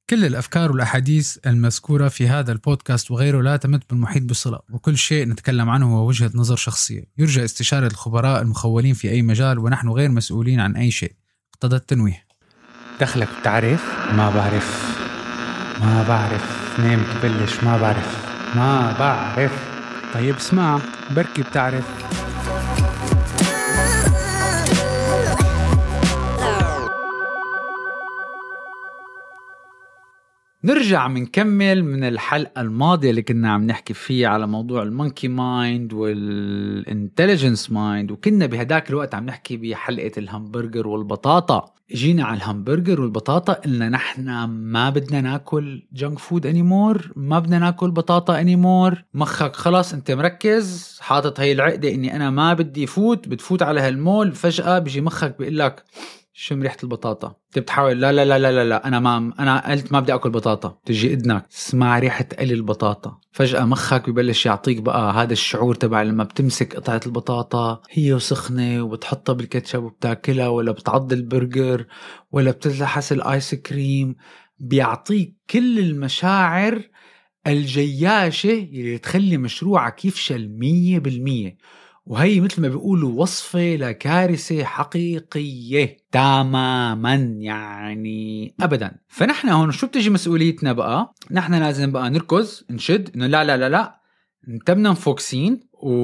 كل الأفكار والأحاديث المذكورة في هذا البودكاست وغيره لا تمت بالمحيط بصلة، وكل شيء نتكلم عنه هو وجهة نظر شخصية يرجى استشارة الخبراء المخولين في أي مجال، ونحن غير مسؤولين عن أي شيء. اقتضى التنويه. دخلك بتعرف؟ ما بعرف نام تبلش. ما بعرف. طيب اسمع، بركي بتعرف. نرجع منكمل من الحلقة الماضية اللي كنا عم نحكي فيه على موضوع المونكي مايند والانتليجنس مايند، وكنا بهداك الوقت عم نحكي بحلقة الهمبرجر والبطاطا. جينا على الهمبرجر والبطاطا، قلنا نحن ما بدنا ناكل جنك فود انيمور، ما بدنا ناكل بطاطا انيمور. مخك خلاص انت مركز حاطط هاي العقدة اني انا ما بدي بتفوت على هالمول، فجأة بيجي مخك بيقول لك شم ريحة البطاطا. انت بتحاول لا لا لا لا لا انا قلت ما بدي اكل بطاطا. تجي اذنك اسمع ريحة قلي البطاطا، فجأة مخك ببلش يعطيك بقى هذا الشعور تبع لما بتمسك قطعة البطاطا هي سخنة وبتحطها بالكاتشب وبتاكلها، ولا بتعض البرجر، ولا بتلحس الايس كريم. بيعطيك كل المشاعر الجياشة اللي تخلي مشروعك يفشل 100%. وهي مثل ما بيقولوا وصفة لكارثة حقيقية تماما، يعني أبدا. فنحن هون شو بتجي مسؤوليتنا بقى؟ نحن لازم بقى نركز نشد إنه لا لا لا لا نتمنا مفوكسين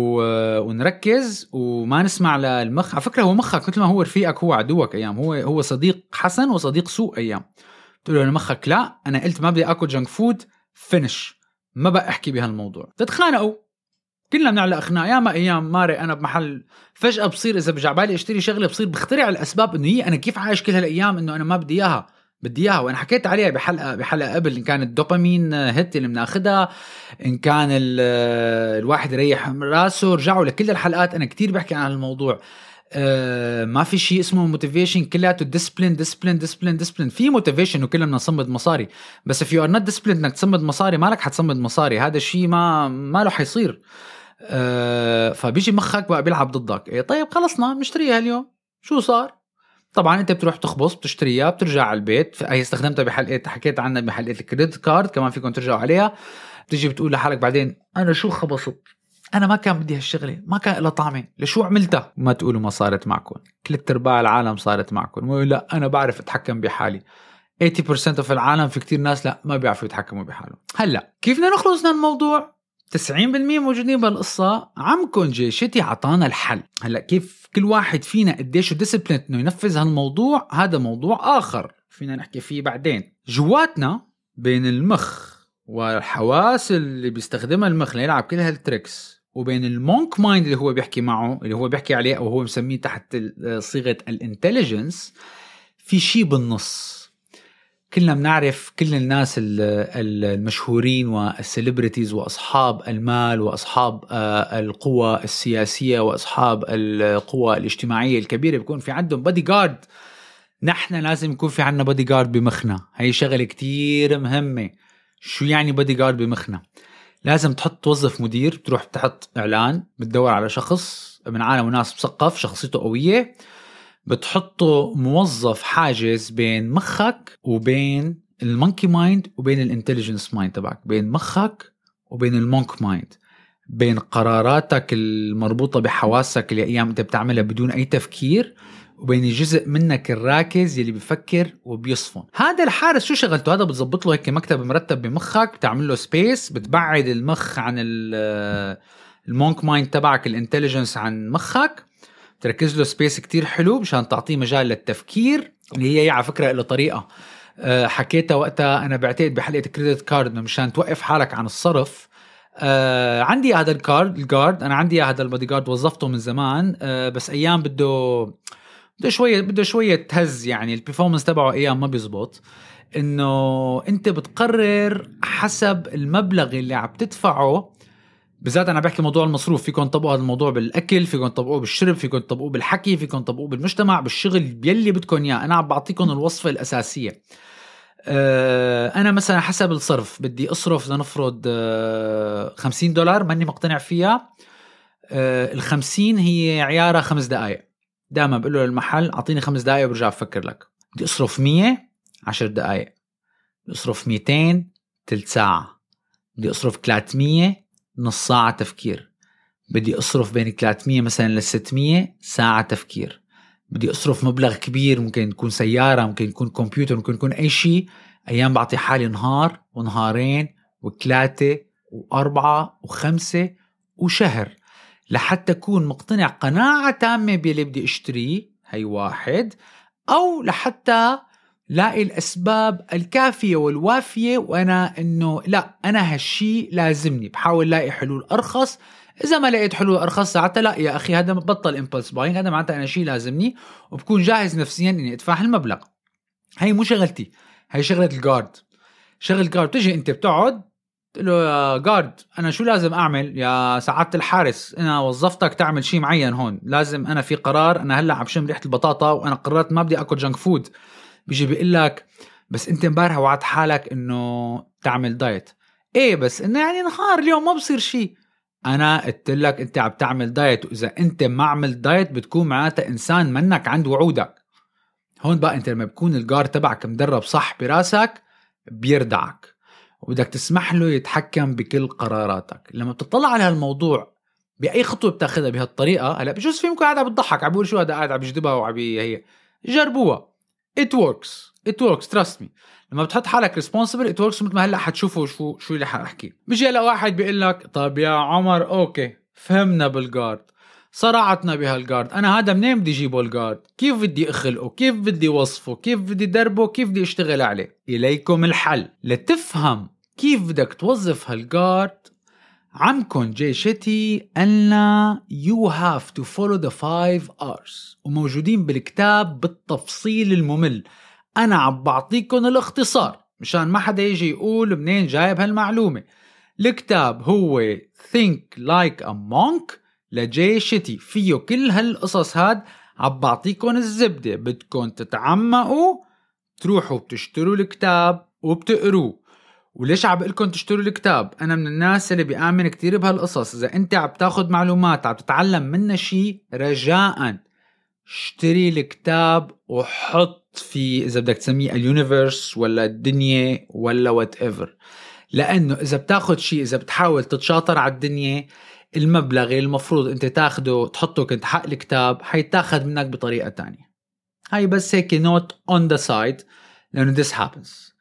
ونركز وما نسمع للمخ. على فكرة هو مخك مثل ما هو رفيقك هو عدوك أيام، هو صديق حسن وصديق سوء أيام. تقول له مخك لا أنا قلت ما بدي أكل جنك فود، فينش، ما بقى أحكي بهالموضوع. تتخانقوا، كلنا بنعلق خناق. ياما ايام ماري انا بمحل فجأة بصير اذا برجع بالي اشتري شغله بصير بخترع الاسباب انه هي انا كيف عايش كل هالايام انه انا ما بدي اياها. وانا حكيت عليها بحلقه قبل، ان كان الدوبامين هيت اللي بناخدها، ان كان الواحد يريح راسه. رجعوا لكل الحلقات انا كتير بحكي عن الموضوع. ما في شيء اسمه موتيفيشن، كلياته ديسبلين. في موتيفيشن وكلنا نصمد مصاري، بس if you are not disciplined انك تصمد مصاري مالك حتصمد مصاري. هذا الشيء ما له حيصير. فبيجي مخك بقى بيلعب ضدك. إيه طيب خلصنا نشتريها اليوم، شو صار؟ طبعا انت بتروح تخبص بتشتريها، بترجع على البيت. هي استخدمتها بحلقة حكيت عنها بحلقة الكريدت كارد، كمان فيكم ترجعوا عليها. بتجي بتقول لحالك بعدين انا شو خبصت، انا ما كان بدي هالشغله، ما كان لها طعمه، لشو عملتها؟ ما تقولوا ما صارت معكم، 3/4 العالم صارت معكم. لا انا بعرف اتحكم بحالي. 80% في العالم في كتير ناس لا ما بيعرفوا يتحكموا بحالهم. هلا كيف بدنا نخلص من الموضوع؟ 90% موجودين بالقصة. عمكن جيشتي عطانا الحل. هلأ كيف كل واحد فينا قديشه ديسيبلين انه ينفذ هالموضوع، هذا موضوع آخر فينا نحكي فيه بعدين. جواتنا بين المخ والحواس اللي بيستخدمها المخ ليلعب كل هالتريكس، وبين المونك مايند اللي هو بيحكي معه، اللي هو بيحكي عليه أو هو مسميه تحت صيغة الانتليجنس، في شيء بالنص. كلنا بنعرف كل الناس المشهورين والسيلبريتيز وأصحاب المال وأصحاب القوى السياسية وأصحاب القوى الاجتماعية الكبيرة بيكون في عندهم بودي جارد. نحن لازم يكون في عندنا بودي جارد بمخنا. هاي شغلة كتير مهمة. شو يعني بودي جارد بمخنا؟ لازم تحط توظف مدير، بتروح تحط إعلان بتدور على شخص من عالم وناس مثقف شخصيته قوية، بتحطه موظف حاجز بين مخك وبين المونكي مايند وبين الانتليجنس مايند تبعك، بين مخك وبين المونك مايند، بين قراراتك المربوطة بحواسك اللي أيام أنت بتعملها بدون أي تفكير، وبين جزء منك الراكز يلي بيفكر وبيصفن. هذا الحارس شو شغلته؟ هذا بتزبط له هيك مكتب مرتب بمخك، بتعمل له سبيس، بتبعد المخ عن المونك مايند تبعك الانتليجنس عن مخك، تركز له سبيس كتير حلو مشان تعطيه مجال للتفكير. اللي هي على فكرة إلى طريقة حكيتها وقتها أنا بعتقد بحلقة كريدت كارد، مشان توقف حالك عن الصرف. عندي هذا الجارد، أنا عندي هذا البودي جارد وظفته من زمان، بس أيام بده شوية تهز، يعني البرفورمانس تبعه أيام ما بيزبط. إنه أنت بتقرر حسب المبلغ اللي عم تدفعه. بالذات أنا بحكي موضوع المصروف، فيكم تطبقوا هذا الموضوع بالأكل، فيكم تطبقوه بالشرب، فيكم تطبقوه بالحكي، فيكم تطبقوه بالمجتمع، بالشغل بيلي بدكم إياه. أنا عم بعطيكم الوصفة الأساسية. أنا مثلا حسب الصرف بدي أصرف لنفرض $50 ماني مقتنع فيها. 50 هي عيارة 5 دقايق. دائما بقول له للمحل أعطيني 5 دقايق وبرجع أفكر لك. بدي أصرف 100 10 دقايق. بدي أصرف 200 تلت ساعة، بدي أصرف 300 نص ساعة تفكير، بدي أصرف بين 300 مثلا ل 600 ساعة تفكير، بدي أصرف مبلغ كبير، ممكن يكون سيارة، ممكن يكون كمبيوتر، ممكن يكون أي شيء. أيام بعطي حالي نهار ونهارين وثلاثة وأربعة وخمسة وشهر لحتى أكون مقتنع قناعة تامة باللي بدي أشتريه، هي واحد، أو لحتى لاقي الأسباب الكافية والوافية وأنا إنه لا أنا هالشي لازمني، بحاول لاقي حلول أرخص. إذا ما لقيت حلول أرخص ساعتها لا يا أخي هذا بطل إمبلس باينج، هذا معناته أنا شي لازمني وبكون جاهز نفسيا إني أدفع المبلغ. هي مو شغلتي، هي شغلة الجارد. شغل الجارد تجي أنت بتقعد تقول له يا جارد أنا شو لازم أعمل يا سعادة الحارس، أنا وظفتك تعمل شيء معين هون، لازم أنا في قرار، أنا هلأ عم شم ريحة البطاطا وأنا قررت ما بدي أكل جانك فود. بيجي بيقول لك بس أنت مبارح وعد حالك إنه تعمل دايت. إيه بس إنه يعني نهار اليوم ما بصير شيء. أنا قلت لك أنت عم تعمل دايت، وإذا أنت ما عمل دايت بتكون معناتها إنسان منك عند وعودك. هون بقى أنت لما بكون الجار تبعك مدرب صح براسك بيردعك وبدك تسمح له يتحكم بكل قراراتك. لما بتطلع على هالموضوع بأي خطوة بتاخدها بهالطريقة، هلا بجوز فيكم قاعد بتضحك عم بقول شو هذا قاعد عم بيجذبها وعبي هي جربوها. it works trust me. لما بتحط حالك responsible it works. مثل ما هلا حتشوفوا شو اللي حاحكي. بيجي هلا واحد بيقول لك طب يا عمر اوكي فهمنا بالجارد، صراعتنا بهالجارد، انا هذا منين بدي جيبه الجارد، كيف بدي اخلقه، كيف بدي وصفه، كيف بدي دربه، كيف بدي اشتغل عليه. اليكم الحل لتفهم كيف بدك توظف هالجارد. عمكن جاي شتي قالنا you have to follow the 5 R's وموجودين بالكتاب بالتفصيل الممل. أنا عم بعطيكم الاختصار مشان ما حدا يجي يقول منين جايب هالمعلومة. الكتاب هو Think Like a Monk لجاي شتي، فيه كل هالقصص هاد. عم بعطيكم الزبدة، بدكم تتعمقوا تروحوا بتشتروا الكتاب وبتقروه. وليش عم بقولكم تشتروا الكتاب؟ أنا من الناس اللي بيآمن كتير بهالقصص. إذا أنت عم تاخد معلومات عم تتعلم منها شيء، رجاءً اشتري الكتاب وحط في إذا بدك تسميه اليونيفرس ولا الدنيا ولا whatever. لأنه إذا بتاخد شيء، إذا بتحاول تتشاطر على الدنيا، المبلغ المفروض أنت تاخده تحطه كنت حق الكتاب حيتاخد منك بطريقة تانية. هاي بس هيك نوت on the side لأنه this happens.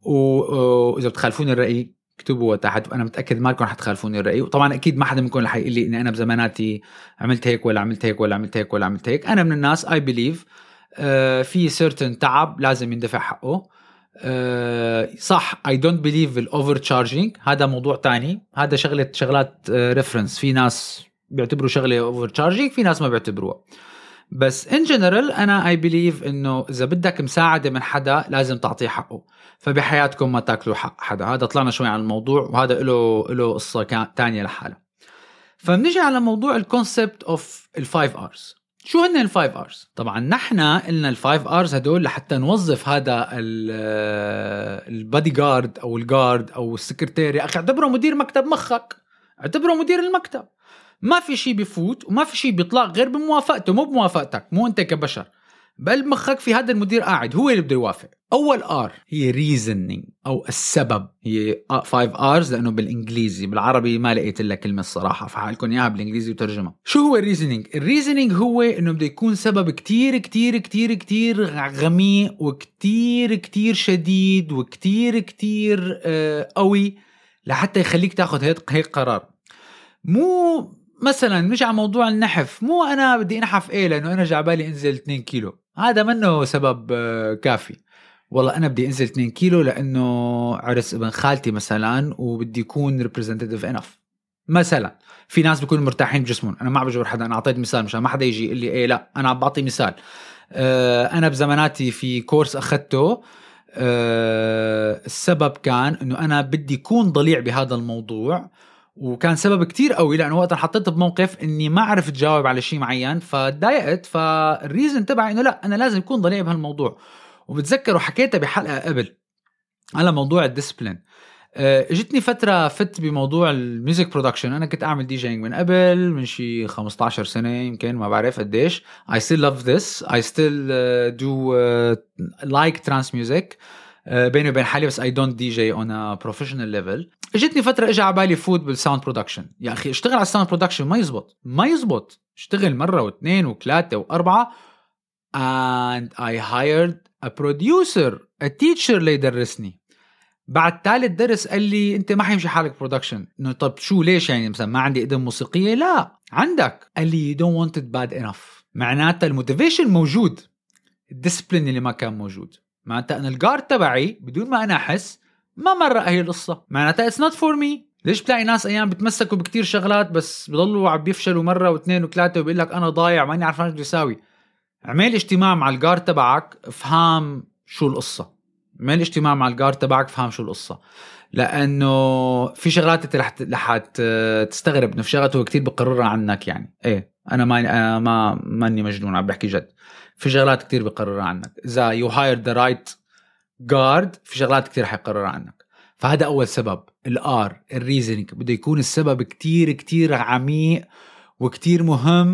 وإذا بتخالفوني الرأي اكتبوا تحت، وأنا متأكد ما لكم حتخالفوني الرأي. وطبعا أكيد ما حدا منكم رح يقول لي إني أنا بزماناتي عملت هيك ولا عملت هيك ولا عملت هيك ولا عملت هيك. أنا من الناس I believe في certain تعب لازم يندفع حقه. صح I don't believe بالovercharging، هذا موضوع تاني، هذا شغلات reference. في ناس بيعتبروا شغلة overcharging، في ناس ما بيعتبروها. بس in general أنا I believe إنه إذا بدك مساعدة من حدا لازم تعطيه حقه. فبحياتكم ما تاكلوا حق حدا. هذا طلعنا شوي عن الموضوع وهذا له قصة تانية لحالة. فبنجي على موضوع الكونسبت اوف ال5 R's. شو هن ال5 R's؟ طبعا نحنا قلنا ال5 R's هدول لحتى نوظف هذا البادي جارد او الجارد او السكرتير. يا اخي اعتبره مدير مكتب مخك، اعتبره مدير المكتب. ما في شيء بيفوت وما في شيء بيطلع غير بموافقته، مو بموافقتك، مو انت كبشر. بقلب مخك في هذا المدير قاعد، هو اللي بده يوافق. اول R هي reasoning او السبب، هي 5 R's لانه بالانجليزي، بالعربي ما لقيت الا كلمه الصراحه، فحقلكم اياها بالانجليزي وترجمه. شو هو الريزنينج هو انه بده يكون سبب كتير كتير كتير كتير غميق وكتير كتير شديد وكتير كتير قوي لحتى يخليك تاخذ هيك قرار. مو مثلا مش على موضوع النحف، مو انا بدي انحف لانه انا جعبالي انزل 2 كيلو، هذا منه سبب كافي. والله انا بدي انزل 2 كيلو لانه عرس ابن خالتي مثلا وبدي يكون representative enough. مثلا في ناس بيكونوا مرتاحين بجسمهم، انا ما بجبر حدا، انا اعطيت مثال مشان ما حدا يجي يقول لي لا، انا عم بعطي مثال. انا بزماناتي في كورس اخذته، السبب كان انه انا بدي يكون ضليع بهذا الموضوع، وكان سبب كتير قوي لأنه وقت حطيت بموقف إني ما عرفت جاوب على شيء معين فضايقت. فالريزن تبعي إنه لا، أنا لازم يكون ضليع بهالموضوع. وبتذكروا حكيتها بحلقة قبل على موضوع الديسبلين. اجتني فترة فت بموضوع الميوزك برودكشن. أنا كنت أعمل ديجينج من قبل، من شي 15 سنة يمكن، ما بعرف قديش. I still love this. I still do like trance music. بيني وبين حالي، بس I don't DJ on a professional level. اجتني فترة اجى على بالي فوت بالساوند برودكشن. يا أخي اشتغل على الساوند برودكشن ما يزبط. اشتغل مرة واثنين وثلاثة وأربعة. And I hired a producer, a teacher اللي يدرسني. بعد ثالث درس قال لي انت ما حيمشي حالك برودكشن. انه طب شو ليش يعني مثلا ما عندي اذن موسيقية؟ لا عندك. قال لي you don't want it bad enough. معناتها الموتيفيشن موجود، الديسبلين اللي ما كان موجود. معناتها أنا الجارد تبعي بدون ما أنا أحس ما مرة هي القصة. معناتها it's not for me. ليش بتلاقي ناس أيام بتمسكوا بكتير شغلات بس بضلوا عم بيفشلوا مرة واثنين وثلاثة وبيقول لك أنا ضايع ماني عارف ايش بدي اساوي. اعمل اجتماع مع الجارد تبعك افهم شو القصة. اعمل اجتماع مع الجارد تبعك افهم شو القصة. لأنه في شغلات انت رح تستغرب انه في شغلات هو كتير بقررها عنك. يعني ايه أنا ماني مجنون عم بحكي جد. في شغلات كتير بقررها عنك. إذا you hired the right guard في شغلات كتير حيقررها عنك. فهذا أول سبب. الآر الريزنينج بده يكون السبب كتير كتير عميق وكتير مهم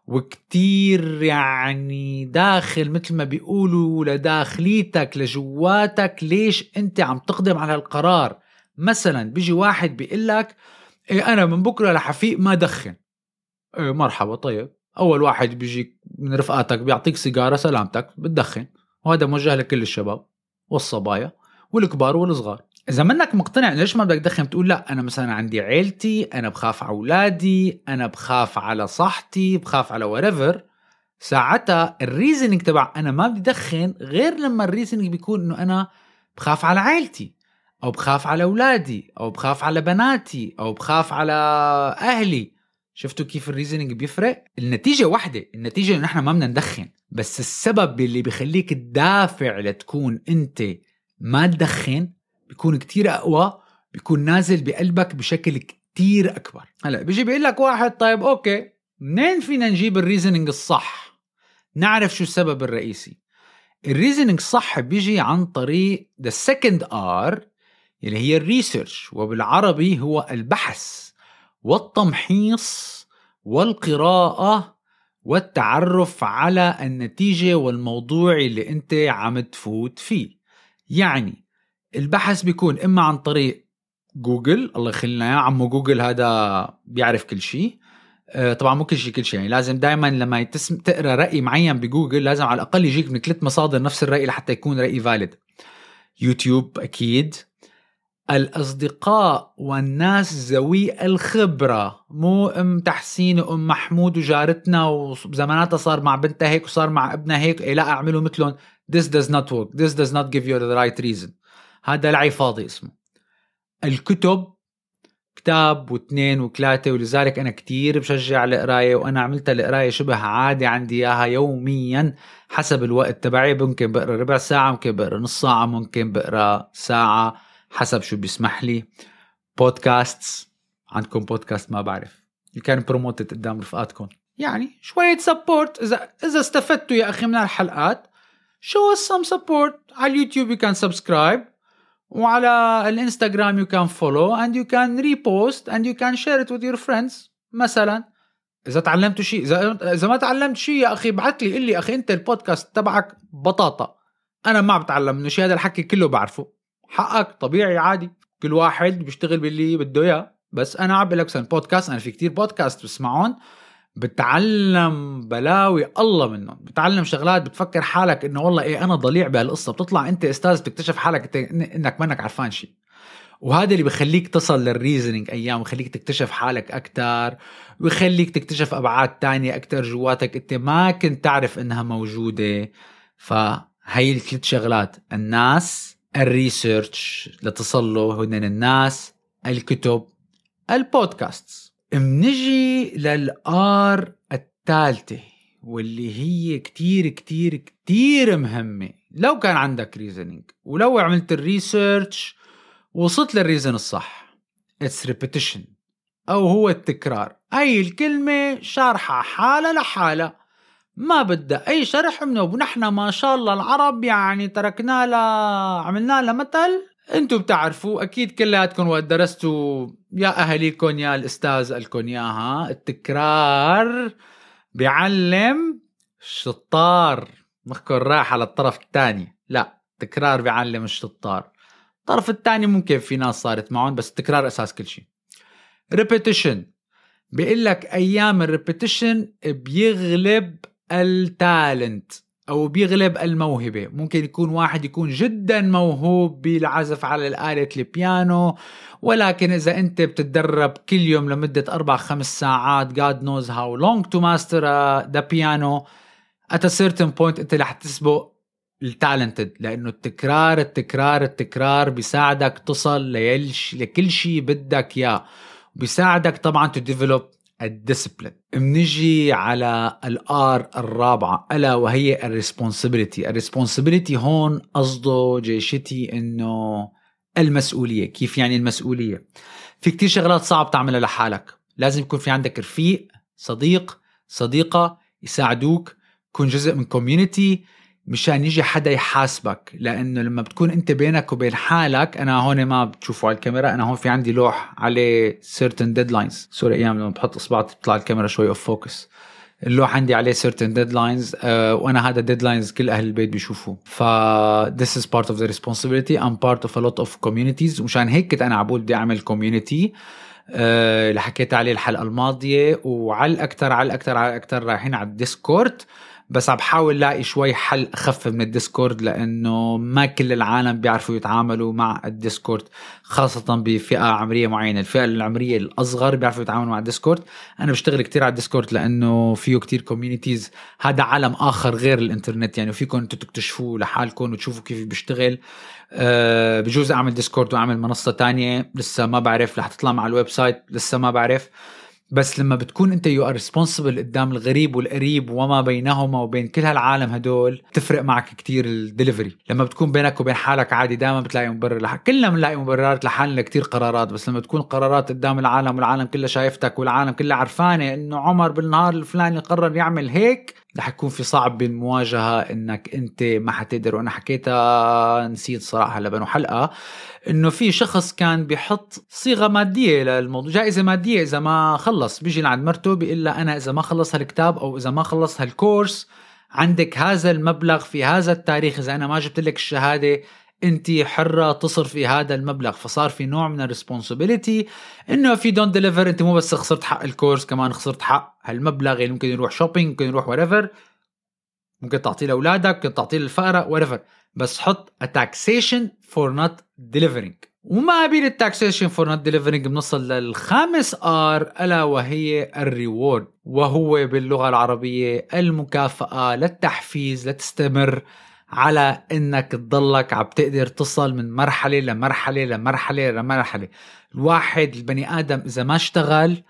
وكتير يعني داخل مثل ما بيقولوا لداخليتك لجواتك. ليش أنت عم تقدم على القرار؟ مثلا بيجي واحد بيقلك إيه أنا من بكرة لحفيق ما دخن. إيه مرحبا طيب. أول واحد بيجي من رفقاتك بيعطيك سيجارة سلامتك بتدخن. وهذا موجه لكل الشباب والصبايا والكبار والصغار. إذا منك مقتنع ليش ما بدك تدخن بتقول لا أنا مثلا عندي عيلتي، أنا بخاف على أولادي، أنا بخاف على صحتي، بخاف على whatever. ساعتها الريزنينج تبع أنا ما بدي دخن غير لما الريزنينج بيكون إنه أنا بخاف على عيلتي أو بخاف على أولادي أو بخاف على بناتي أو بخاف على أهلي. شفتوا كيف الريزنينج بيفرق؟ النتيجة واحدة. النتيجة إنه نحن ما بدنا ندخن، بس السبب اللي بيخليك تدافع لتكون أنت ما تدخن بيكون كتير أقوى، بيكون نازل بقلبك بشكل كتير أكبر. هلأ بيجي بيقول لك واحد طيب أوكي منين فينا نجيب الريزنينج الصح؟ نعرف شو السبب الرئيسي. الريزنينج الصح بيجي عن طريق the second R اللي هي الريسيرش، وبالعربي هو البحث والتمحيص والقراءة والتعرف على النتيجة والموضوع اللي انت عم تفوت فيه. يعني البحث بيكون إما عن طريق جوجل، الله يخلينا يا عمو جوجل هذا بيعرف كل شيء. طبعا مو كل شيء يعني لازم دايما لما تقرأ رأي معين بجوجل لازم على الأقل يجيك من 3 مصادر نفس الرأي لحتى يكون رأي فاليد. يوتيوب أكيد، الأصدقاء والناس ذوي الخبرة، مو أم تحسين وأم محمود وجارتنا وزماناتها صار مع بنتها هيك وصار مع ابنها هيك لا أعملوا مثلهم. This does not work. This does not give you the right reason. هذا لعي فاضي اسمه. الكتب كتاب واثنين وثلاثة، ولذلك أنا كتير بشجع القراية، وأنا عملت القراية شبه عادي عندي إياها يوميا حسب الوقت تبعي. ممكن بقرأ ربع ساعة، ممكن بقرأ نص ساعة، ممكن بقرأ ساعة حسب شو بيسمح لي. بودكاست، عندكم بودكاست ما بعرف كان بروموتد قدام رفقاتكم، يعني شوية سبورت. إذا استفدتوا يا أخي من الحلقات show us some support. على اليوتيوب you can subscribe، وعلى الانستغرام you can follow and you can repost and you can share it with your friends. مثلا إذا تعلمتوا شيء، إذا ما تعلمت شيء يا أخي بعت لي قل لي أخي أنت البودكاست تبعك بطاطا، أنا ما بتعلم منه شيء، هذا الحكي كله بعرفه. حقك طبيعي عادي، كل واحد بيشتغل باللي بده إياه. بس أنا عم بقولك مثلا بودكاست، أنا في كتير بودكاست بسمعون بتعلم بلاوي الله منهم، بتعلم شغلات بتفكر حالك إنه والله إيه أنا ضليع بهالقصة، بتطلع أنت أستاذ بتكتشف حالك إنك منك عارفان شيء. وهذا اللي بخليك تصل للريزنينج أيام، وخليك تكتشف حالك أكتر، ويخليك تكتشف أبعاد تانية أكتر جواتك أنت ما كنت تعرف إنها موجودة. فهي الثلاث شغلات: الناس، الريسيرش لتصل له هن الناس، الكتب، البودكاست. منجي للآر الثالثة واللي هي كتير كتير كتير مهمة. لو كان عندك ريزنينج ولو عملت الريسيرش وصلت للريزن الصح، it's repetition أو هو التكرار. أي الكلمة شارحة حالة لحالة، ما بدأ أي شرح منه. ونحن ما شاء الله العرب يعني تركنا عملنا له مثل انتوا بتعرفوا اكيد كلياتكم وقت درستوا يا اهاليكم يا الاستاذ قالكم اياها: التكرار بيعلم. شطار، مخكم رايح على الطرف الثاني. لا، التكرار بيعلم الشطار. الطرف الثاني ممكن في ناس صارت معهم، بس التكرار أساس كل شيء. repetition بيقول لك أيام الريبيتيشن بيغلب التالنت أو بيغلب الموهبة. ممكن يكون واحد يكون جدا موهوب بالعزف على الآلة البيانو، ولكن إذا أنت بتتدرب كل يوم لمدة 4-5 ساعات God knows how long to master the piano, at a certain point أنت رح تسبق التالنتد، لأنه التكرار بيساعدك تصل لكل شيء بدك إياه، بيساعدك طبعا to develop الديسبلين. بنجي على الآر الرابعة ألا وهي الريسبونسبيليتي. هون قصده جيشتي إنه المسؤولية. كيف يعني المسؤولية؟ في كتير شغلات صعب تعملها لحالك، لازم يكون في عندك رفيق، صديقة يساعدوك، كون جزء من كوميونيتي مشان يجي حدا يحاسبك. لأنه لما بتكون أنت بينك وبين حالك، أنا هون ما بتشوفوا على الكاميرا، أنا هون في عندي لوح عليه certain deadlines. سوري أيام لما بحط إصبعي بتطلع الكاميرا شوي off focus. اللوح عندي عليه certain deadlines، وأنا هذا deadlines كل أهل البيت بيشوفوه. this is part of the responsibility. I'm part of a lot of communities، ومشان هيك كنت أنا عبود بدي أعمل community اللي حكيت عليه الحلقة الماضية. وعلى الأكتر رايحين على الديسكورد، بس عم بحاول لاقي شوي حل أخف من الديسكورد، لأنه ما كل العالم بيعرفوا يتعاملوا مع الديسكورد، خاصة بفئة عمرية معينة. الفئة العمرية الأصغر بيعرفوا يتعاملوا مع الديسكورد. أنا بشتغل كتير على الديسكورد لأنه فيه كتير كوميونيتيز، هذا عالم آخر غير الإنترنت، يعني فيكم أنتوا تكتشفوه لحالكم وتشوفوا كيف بيشتغل. بجوز أعمل ديسكورد وأعمل منصة تانية لسه ما بعرف، رح تطلع مع الويب سايت لسه ما بعرف. بس لما بتكون انت you are responsible قدام الغريب والقريب وما بينهما وبين كل هالعالم هدول، تفرق معك كتير الدليفري. لما بتكون بينك وبين حالك عادي دائما بتلاقي مبرر كلنا بنلاقي مبررات لحالنا كتير قرارات. بس لما تكون قرارات قدام العالم والعالم كله شايفتك والعالم كله عرفانه انه عمر بالنهار الفلاني قرر يعمل هيك، رح يكون في صعب بالمواجهة انك انت ما حتقدر. وانا حكيتها نسيت صراحة لبنو حلقة، انه في شخص كان بيحط صيغة مادية للموضوع، جائزة مادية اذا ما خلص. بيجي لعند مرته بيقول لها انا اذا ما خلص هالكتاب او اذا ما خلص هالكورس عندك هذا المبلغ في هذا التاريخ، اذا انا ما جبت لك الشهادة انت حرة تصرفي هذا المبلغ. فصار في نوع من الريسبونسابيلتي انه في دون ديليفر انت مو بس خسرت حق الكورس، كمان خسرت حق هالمبلغ اللي ممكن يروح شوبينج، ممكن يروح whatever، ممكن تعطيه لأولادك، ممكن تعطيه للفقراء whatever. بس حط a taxation for not delivering. وما بين التاكسيشن for not delivering بنصل للخامس R ألا وهي الريورد، وهو باللغة العربية المكافأة للتحفيز لتستمر على انك تضلك عم تقدر تصل من مرحلة لمرحلة لمرحلة لمرحلة. الواحد البني آدم إذا ما اشتغل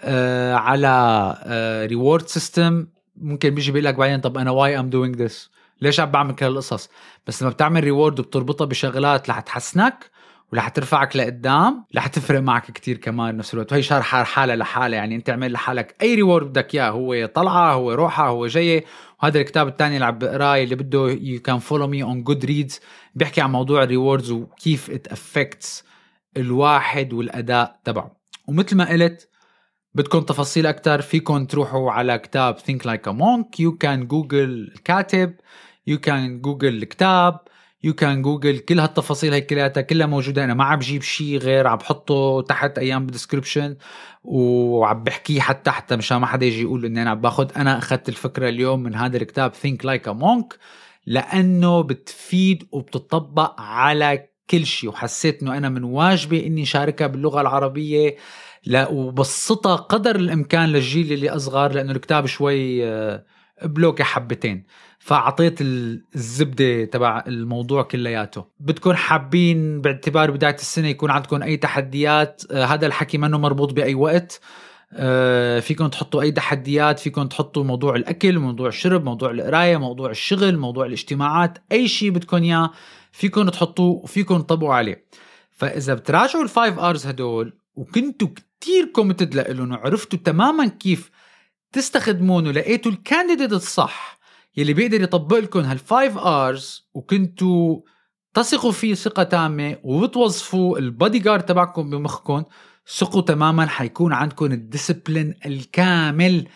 على reward system ممكن بيجي بيقول لك بعدين طب أنا why I'm doing this، ليش عم بعمل كل القصص. بس لما بتعمل reward وبتربطها بشغلات رح تحسنك ورح ترفعك لقدام، رح تفرق معك كتير كمان نفس الوقت. وهي شرح حالة لحالة، يعني انت اعمل لحالك اي ريورد بدك اياه، هو طلعة، هو روحة، هو جاية. وهذا الكتاب الثاني اللي عم بقراه اللي بده you can follow me on Goodreads بيحكي عن موضوع الريوردز وكيف it affects الواحد والأداء تبعه. ومثل ما قلت بدكم تفاصيل أكتر فيكم تروحوا على كتاب Think Like a Monk. you can Google الكاتب، you can Google الكتاب، you can Google كل هالتفاصيل هي كلها موجودة. أنا ما عم بجيب شيء غير عم بحطه تحت أيام بالديسكريبشن وعم بحكيه حتى مشان ما حدا يجي يقول إن أنا باخد. أنا أخذت الفكرة اليوم من هذا الكتاب Think Like a Monk لأنه بتفيد وبتطبق على كل شيء، وحسيت إنه أنا من واجبي إني شاركها باللغة العربية لا وبسطها قدر الإمكان للجيل اللي أصغر، لأنه الكتاب شوي بلوكي حبتين، فأعطيت الزبدة تبع الموضوع كلياته. بدكم حابين باعتبار بداية السنة يكون عندكم أي تحديات، هذا الحكي منه مربوط بأي وقت. فيكم تحطوا أي تحديات، فيكم تحطوا موضوع الأكل، موضوع الشرب، موضوع القراية، موضوع الشغل، موضوع الاجتماعات، أي شيء بدكم إياه فيكم تحطوه وفيكم تطبقوا عليه. فإذا بتراجعوا ال5 R's هدول وكنتوا كتير كوميتد لإلهم وعرفتوا تماما كيف تستخدمون ولقيتوا الكانديديت الصح يلي بيقدر يطبق لكم هال5 R's وكنتوا تثقوا فيه ثقة تامة وبتوظفوا البادي جارد تبعكم بمخكم، ثقوا تماما حيكون عندكم الديسيبلين الكامل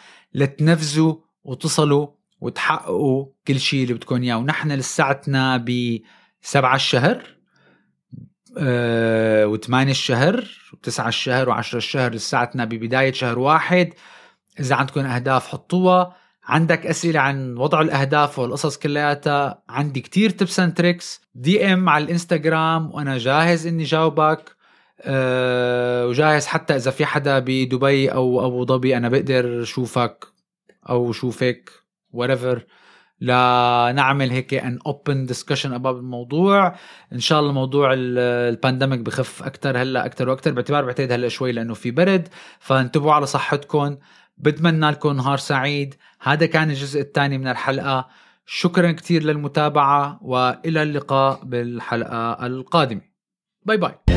لتنفذوا وتصلوا وتحققوا كل شيء اللي بدكم اياه. ونحن لساتنا 7 الشهر و8 الشهر و9 الشهر و10 الشهر لساتنا ببداية شهر 1. إذا عندكم أهداف حطوها. عندك أسئلة عن وضع الأهداف والقصص كلياتها، عندي كتير تيبس اند تريكس. DM على الانستغرام وأنا جاهز إني جاوبك، وجاهز حتى إذا في حدا بدبي أو أبو ظبي أنا بقدر شوفك أو شوفك whatever، لا نعمل هيك an open discussion about الموضوع. إن شاء الله موضوع البانديميك بخف أكتر هلأ أكتر وأكتر، باعتبار بعتقد هلأ شوي لأنه في برد، فانتبهوا على صحتكم. بتمنى لكم نهار سعيد. هذا كان الجزء الثاني من الحلقة. شكرا كتير للمتابعة وإلى اللقاء بالحلقة القادمة. باي باي.